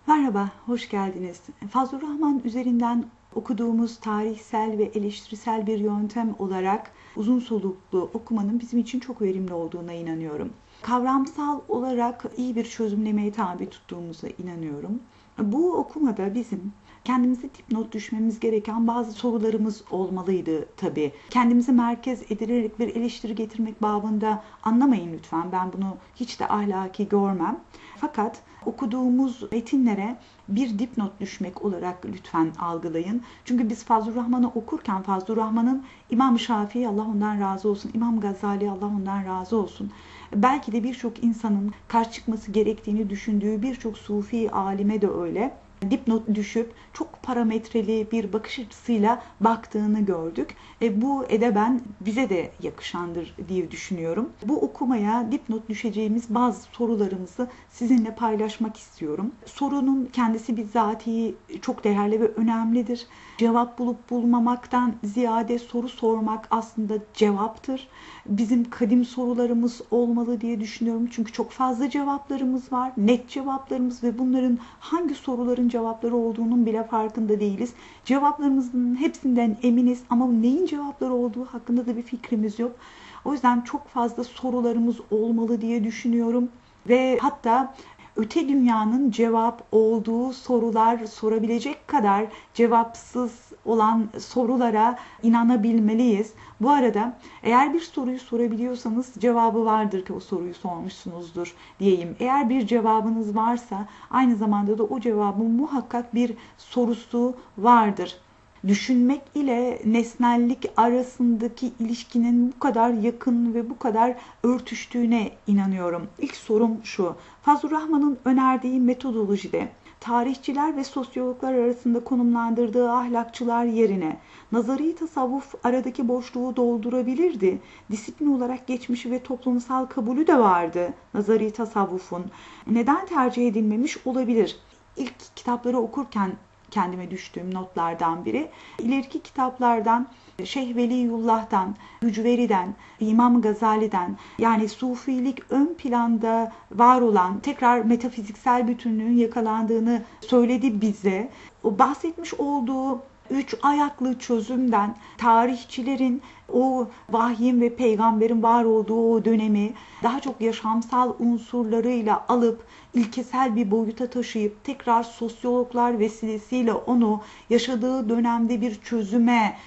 Merhaba, hoş geldiniz. Fazlur Rahman üzerinden okuduğumuz tarihsel ve eleştirisel bir yöntem olarak uzun soluklu okumanın bizim için çok verimli olduğuna inanıyorum. Kavramsal olarak iyi bir çözümlemeye tabi tuttuğumuza inanıyorum. Bu okumada bizim kendimize dipnot düşmemiz gereken bazı sorularımız olmalıydı tabii. Kendimizi merkez edilerek bir eleştiri getirmek babında anlamayın lütfen. Ben bunu hiç de ahlaki görmem. Fakat okuduğumuz metinlere bir dipnot düşmek olarak lütfen algılayın. Çünkü biz Fazlur Rahman'ı okurken Fazlur Rahman'ın İmam Şafii Allah ondan razı olsun, İmam Gazali Allah ondan razı olsun, belki de birçok insanın karşı çıkması gerektiğini düşündüğü birçok sufi alime de öyle dipnot düşüp çok parametreli bir bakış açısıyla baktığını gördük. Bu edeben bize de yakışandır diye düşünüyorum. Bu okumaya dipnot düşeceğimiz bazı sorularımızı sizinle paylaşmak istiyorum. Sorunun kendisi bizatihi çok değerli ve önemlidir. Cevap bulup bulmamaktan ziyade soru sormak aslında cevaptır. Bizim kadim sorularımız olmalı diye düşünüyorum. Çünkü çok fazla cevaplarımız var, net cevaplarımız ve bunların hangi soruların cevapları olduğunun bile farkında değiliz. Cevaplarımızın hepsinden eminiz ama neyin cevapları olduğu hakkında da bir fikrimiz yok. O yüzden çok fazla sorularımız olmalı diye düşünüyorum ve hatta öte dünyanın cevap olduğu sorular sorabilecek kadar cevapsız olan sorulara inanabilmeliyiz. Bu arada eğer bir soruyu sorabiliyorsanız cevabı vardır ki o soruyu sormuşsunuzdur diyeyim. Eğer bir cevabınız varsa aynı zamanda da o cevabın muhakkak bir sorusu vardır. Düşünmek ile nesnellik arasındaki ilişkinin bu kadar yakın ve bu kadar örtüştüğüne inanıyorum. İlk sorum şu: Fazlur Rahman'ın önerdiği metodolojide tarihçiler ve sosyologlar arasında konumlandırdığı ahlakçılar yerine nazari tasavvuf aradaki boşluğu doldurabilirdi. Disiplin olarak geçmişi ve toplumsal kabulü de vardı nazari tasavvufun. Neden tercih edilmemiş olabilir? İlk kitapları okurken kendime düştüğüm notlardan biri. İleriki kitaplardan Şeyh Veliyullah'tan, Hücveri'den, İmam Gazali'den, yani sufilik ön planda var olan tekrar metafiziksel bütünlüğün yakalandığını söyledi bize. O bahsetmiş olduğu üç ayaklı çözümden tarihçilerin o vahyin ve peygamberin var olduğu o dönemi daha çok yaşamsal unsurlarıyla alıp ilkesel bir boyuta taşıyıp tekrar sosyologlar vesilesiyle onu yaşadığı dönemde bir çözüme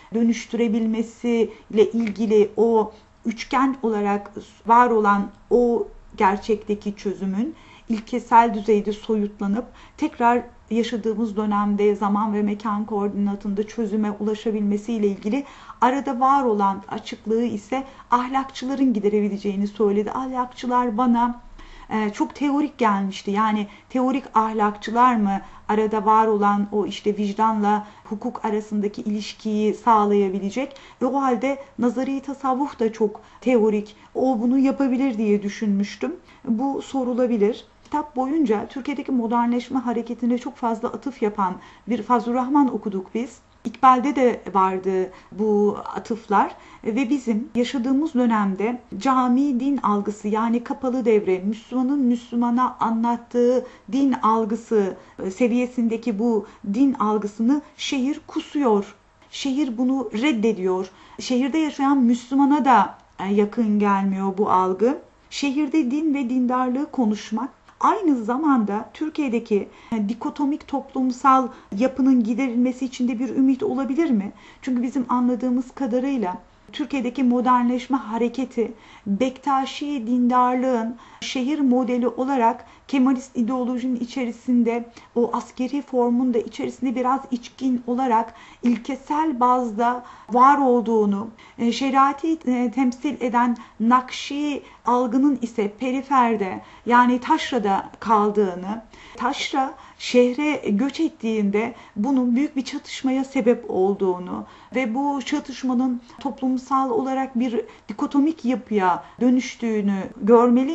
dönüştürebilmesiyle ilgili o üçgen olarak var olan o gerçekteki çözümün ilkesel düzeyde soyutlanıp tekrar yaşadığımız dönemde zaman ve mekan koordinatında çözüme ulaşabilmesiyle ilgili arada var olan açıklığı ise ahlakçıların giderebileceğini söyledi. Ahlakçılar bana çok teorik gelmişti. Yani teorik ahlakçılar mı arada var olan o işte vicdanla hukuk arasındaki ilişkiyi sağlayabilecek? O halde nazari tasavvuf da çok teorik. O bunu yapabilir diye düşünmüştüm. Bu sorulabilir. Kitap boyunca Türkiye'deki modernleşme hareketine çok fazla atıf yapan bir Fazlur Rahman okuduk biz. İkbal'de de vardı bu atıflar ve bizim yaşadığımız dönemde cami din algısı, yani kapalı devre, Müslümanın Müslümana anlattığı din algısı seviyesindeki bu din algısını şehir kusuyor. Şehir bunu reddediyor. Şehirde yaşayan Müslümana da yakın gelmiyor bu algı. Şehirde din ve dindarlığı konuşmak aynı zamanda Türkiye'deki dikotomik toplumsal yapının giderilmesi için de bir ümit olabilir mi? Çünkü bizim anladığımız kadarıyla Türkiye'deki modernleşme hareketi Bektaşi dindarlığın şehir modeli olarak Kemalist ideolojinin içerisinde, o askeri formun da içerisinde biraz içkin olarak ilkesel bazda var olduğunu, şeriatı temsil eden Nakşi algının ise periferde, yani taşrada kaldığını, taşra şehre göç ettiğinde bunun büyük bir çatışmaya sebep olduğunu ve bu çatışmanın toplumsal olarak bir dikotomik yapıya dönüştüğünü görmeliyiz.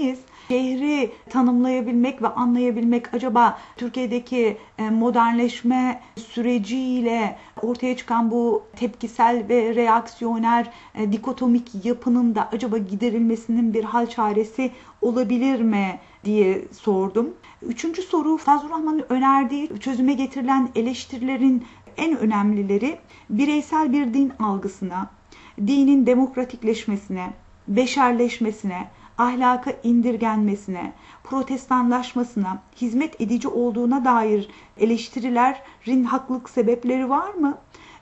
şehri tanımlayabilmek ve anlayabilmek acaba Türkiye'deki modernleşme süreciyle ortaya çıkan bu tepkisel ve reaksiyoner dikotomik yapının da acaba giderilmesinin bir hal çaresi olabilir mi diye sordum. Üçüncü soru, Fazlur Rahman'ın önerdiği çözüme getirilen eleştirilerin en önemlileri bireysel bir din algısına, dinin demokratikleşmesine, beşerleşmesine, ahlaka indirgenmesine, protestanlaşmasına hizmet edici olduğuna dair eleştirilerin haklılık sebepleri var mı?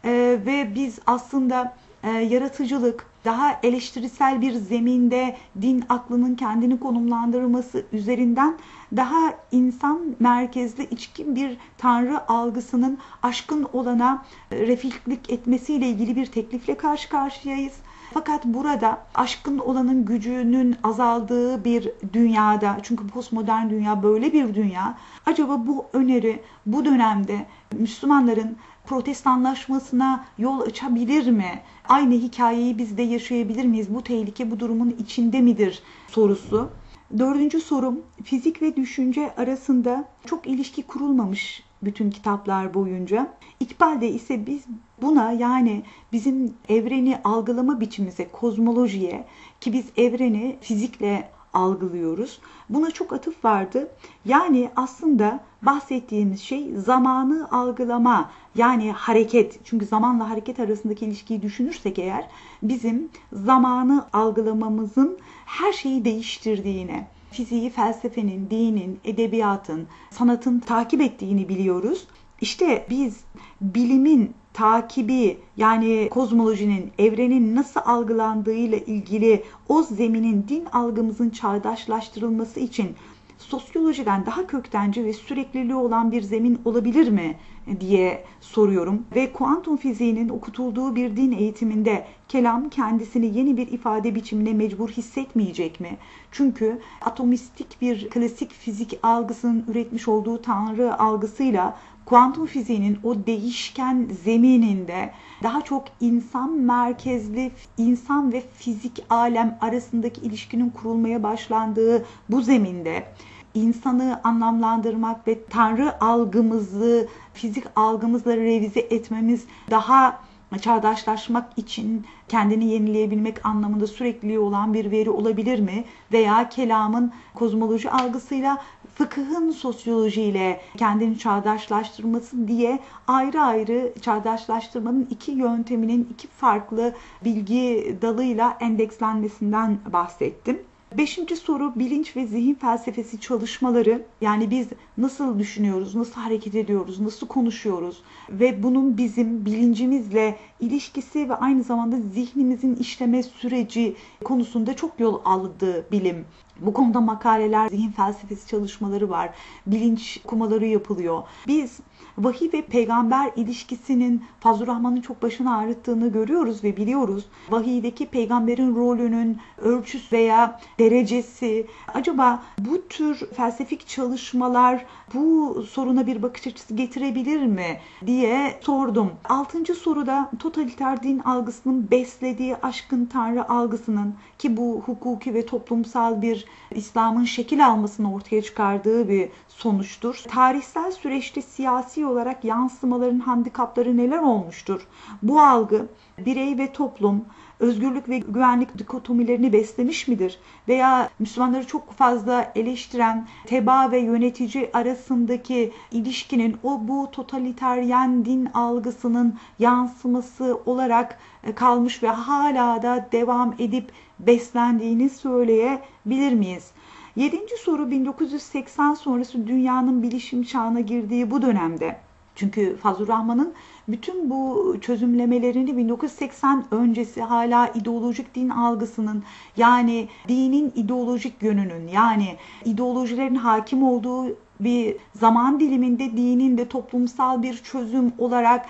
Ve biz aslında yaratıcılık, daha eleştirisel bir zeminde din aklının kendini konumlandırması üzerinden daha insan merkezli içkin bir tanrı algısının aşkın olana refiklik etmesiyle ilgili bir teklifle karşı karşıyayız. Fakat burada aşkın olanın gücünün azaldığı bir dünyada, çünkü postmodern dünya böyle bir dünya, acaba bu öneri bu dönemde Müslümanların protestanlaşmasına yol açabilir mi? Aynı hikayeyi biz de yaşayabilir miyiz? Bu tehlike bu durumun içinde midir sorusu. Dördüncü sorum, fizik ve düşünce arasında çok ilişki kurulmamış bütün kitaplar boyunca. İkbal'de ise biz buna, yani bizim evreni algılama biçimimize, kozmolojiye, ki biz evreni fizikle algılıyoruz, buna çok atıf vardı. Yani aslında bahsettiğimiz şey zamanı algılama, yani hareket. Çünkü zamanla hareket arasındaki ilişkiyi düşünürsek eğer, bizim zamanı algılamamızın her şeyi değiştirdiğini, fiziği, felsefenin, dinin, edebiyatın, sanatın takip ettiğini biliyoruz. İşte biz bilimin takibi, yani kozmolojinin, evrenin nasıl algılandığıyla ilgili o zeminin din algımızın çağdaşlaştırılması için sosyolojiden daha köktenci ve sürekliliği olan bir zemin olabilir mi diye soruyorum. Ve kuantum fiziğinin okutulduğu bir din eğitiminde kelam kendisini yeni bir ifade biçimine mecbur hissetmeyecek mi? Çünkü atomistik bir klasik fizik algısının üretmiş olduğu tanrı algısıyla kuantum fiziğinin o değişken zemininde daha çok insan merkezli, insan ve fizik alem arasındaki ilişkinin kurulmaya başlandığı bu zeminde insanı anlamlandırmak ve tanrı algımızı fizik algımızla revize etmemiz, daha çağdaşlaşmak için kendini yenileyebilmek anlamında sürekli olan bir veri olabilir mi? Veya kelamın kozmoloji algısıyla fıkıhın sosyolojiyle kendini çağdaşlaştırması diye ayrı ayrı çağdaşlaştırmanın iki yönteminin iki farklı bilgi dalıyla endekslenmesinden bahsettim. Beşinci soru, bilinç ve zihin felsefesi çalışmaları. Yani biz nasıl düşünüyoruz, nasıl hareket ediyoruz, nasıl konuşuyoruz ve bunun bizim bilincimizle ilişkisi ve aynı zamanda zihnimizin işleme süreci konusunda çok yol aldığı bilim. Bu konuda makaleler, zihin felsefesi çalışmaları var, bilinç okumaları yapılıyor. Biz vahiy ve peygamber ilişkisinin Fazlur Rahman'ın çok başını ağrıttığını görüyoruz ve biliyoruz. Vahiydeki peygamberin rolünün ölçüsü veya derecesi, acaba bu tür felsefik çalışmalar bu soruna bir bakış açısı getirebilir mi diye sordum. Altıncı soruda totaliter din algısının beslediği aşkın tanrı algısının, ki bu hukuki ve toplumsal bir İslam'ın şekil almasını ortaya çıkardığı bir sonuçtur. Tarihsel süreçte siyasi olarak yansımaların handikapları neler olmuştur? Bu algı birey ve toplum, özgürlük ve güvenlik dikotomilerini beslemiş midir? Veya Müslümanları çok fazla eleştiren tebaa ve yönetici arasındaki ilişkinin bu totaliteryen din algısının yansıması olarak kalmış ve hala da devam edip beslendiğini söyleyebilir miyiz? Yedinci soru, 1980 sonrası dünyanın bilişim çağına girdiği bu dönemde. Çünkü Fazlur Rahman'ın bütün bu çözümlemelerini 1980 öncesi hala ideolojik din algısının, yani dinin ideolojik yönünün, yani ideolojilerin hakim olduğu bir zaman diliminde dinin de toplumsal bir çözüm olarak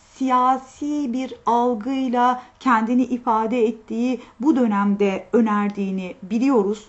siyasi bir algıyla kendini ifade ettiği bu dönemde önerdiğini biliyoruz.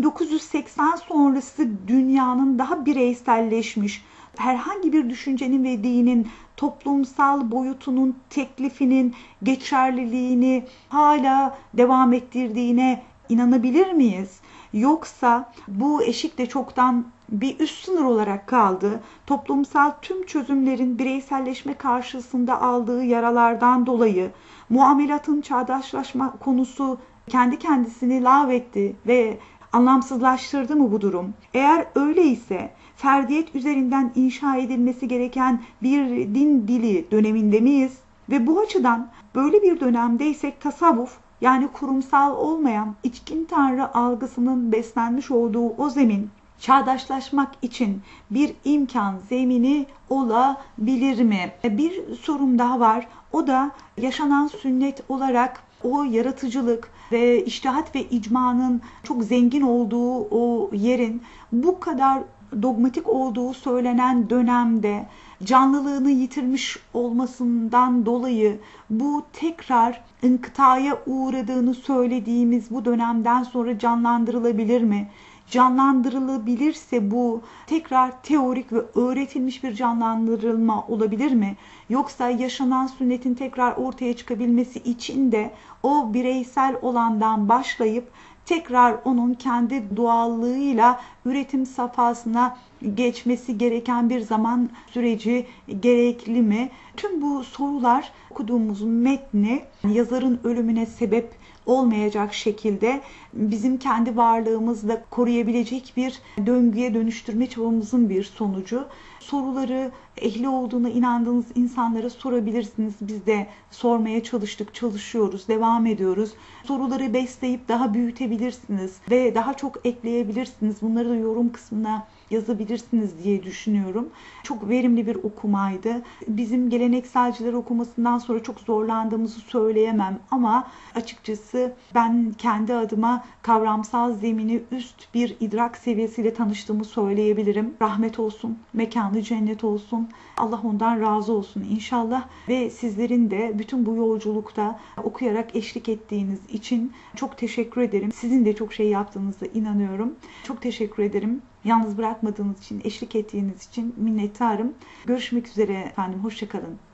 1980 sonrası dünyanın daha bireyselleşmiş, herhangi bir düşüncenin ve dinin toplumsal boyutunun teklifinin geçerliliğini hala devam ettirdiğine inanabilir miyiz? Yoksa bu eşik de çoktan bir üst sınır olarak kaldı. Toplumsal tüm çözümlerin bireyselleşme karşısında aldığı yaralardan dolayı muamelatın çağdaşlaşma konusu kendi kendisini lağvetti ve anlamsızlaştırdı mı bu durum? Eğer öyleyse ferdiyet üzerinden inşa edilmesi gereken bir din dili döneminde miyiz? Ve bu açıdan böyle bir dönemdeysek tasavvuf, yani kurumsal olmayan içkin tanrı algısının beslenmiş olduğu o zemin çağdaşlaşmak için bir imkan zemini olabilir mi? Bir sorum daha var. O da yaşanan sünnet olarak o yaratıcılık ve içtihat ve icmanın çok zengin olduğu o yerin bu kadar dogmatik olduğu söylenen dönemde canlılığını yitirmiş olmasından dolayı bu tekrar inkıtaya uğradığını söylediğimiz bu dönemden sonra canlandırılabilir mi? Canlandırılabilirse bu tekrar teorik ve öğretilmiş bir canlandırılma olabilir mi? Yoksa yaşanan sünnetin tekrar ortaya çıkabilmesi için de o bireysel olandan başlayıp tekrar onun kendi doğallığıyla üretim safhasına geçmesi gereken bir zaman süreci gerekli mi? Tüm bu sorular okuduğumuz metni yazarın ölümüne sebep olmayacak şekilde bizim kendi varlığımızla koruyabilecek bir döngüye dönüştürme çabamızın bir sonucu. Soruları ehli olduğuna inandığınız insanlara sorabilirsiniz. Biz de sormaya çalıştık, çalışıyoruz, devam ediyoruz. Soruları besleyip daha büyütebilirsiniz ve daha çok ekleyebilirsiniz. Bunları da yorum kısmına yazabilirsiniz diye düşünüyorum. Çok verimli bir okumaydı. Bizim gelenekselciler okumasından sonra çok zorlandığımızı söyleyemem ama açıkçası ben kendi adıma kavramsal zemini üst bir idrak seviyesiyle tanıştığımı söyleyebilirim. Rahmet olsun, mekanı cennet olsun. Allah ondan razı olsun inşallah ve sizlerin de bütün bu yolculukta okuyarak eşlik ettiğiniz için çok teşekkür ederim. Sizin de çok şey yaptığınıza inanıyorum. Çok teşekkür ederim. Yalnız bırakmadığınız için, eşlik ettiğiniz için minnettarım. Görüşmek üzere efendim. Hoşça kalın.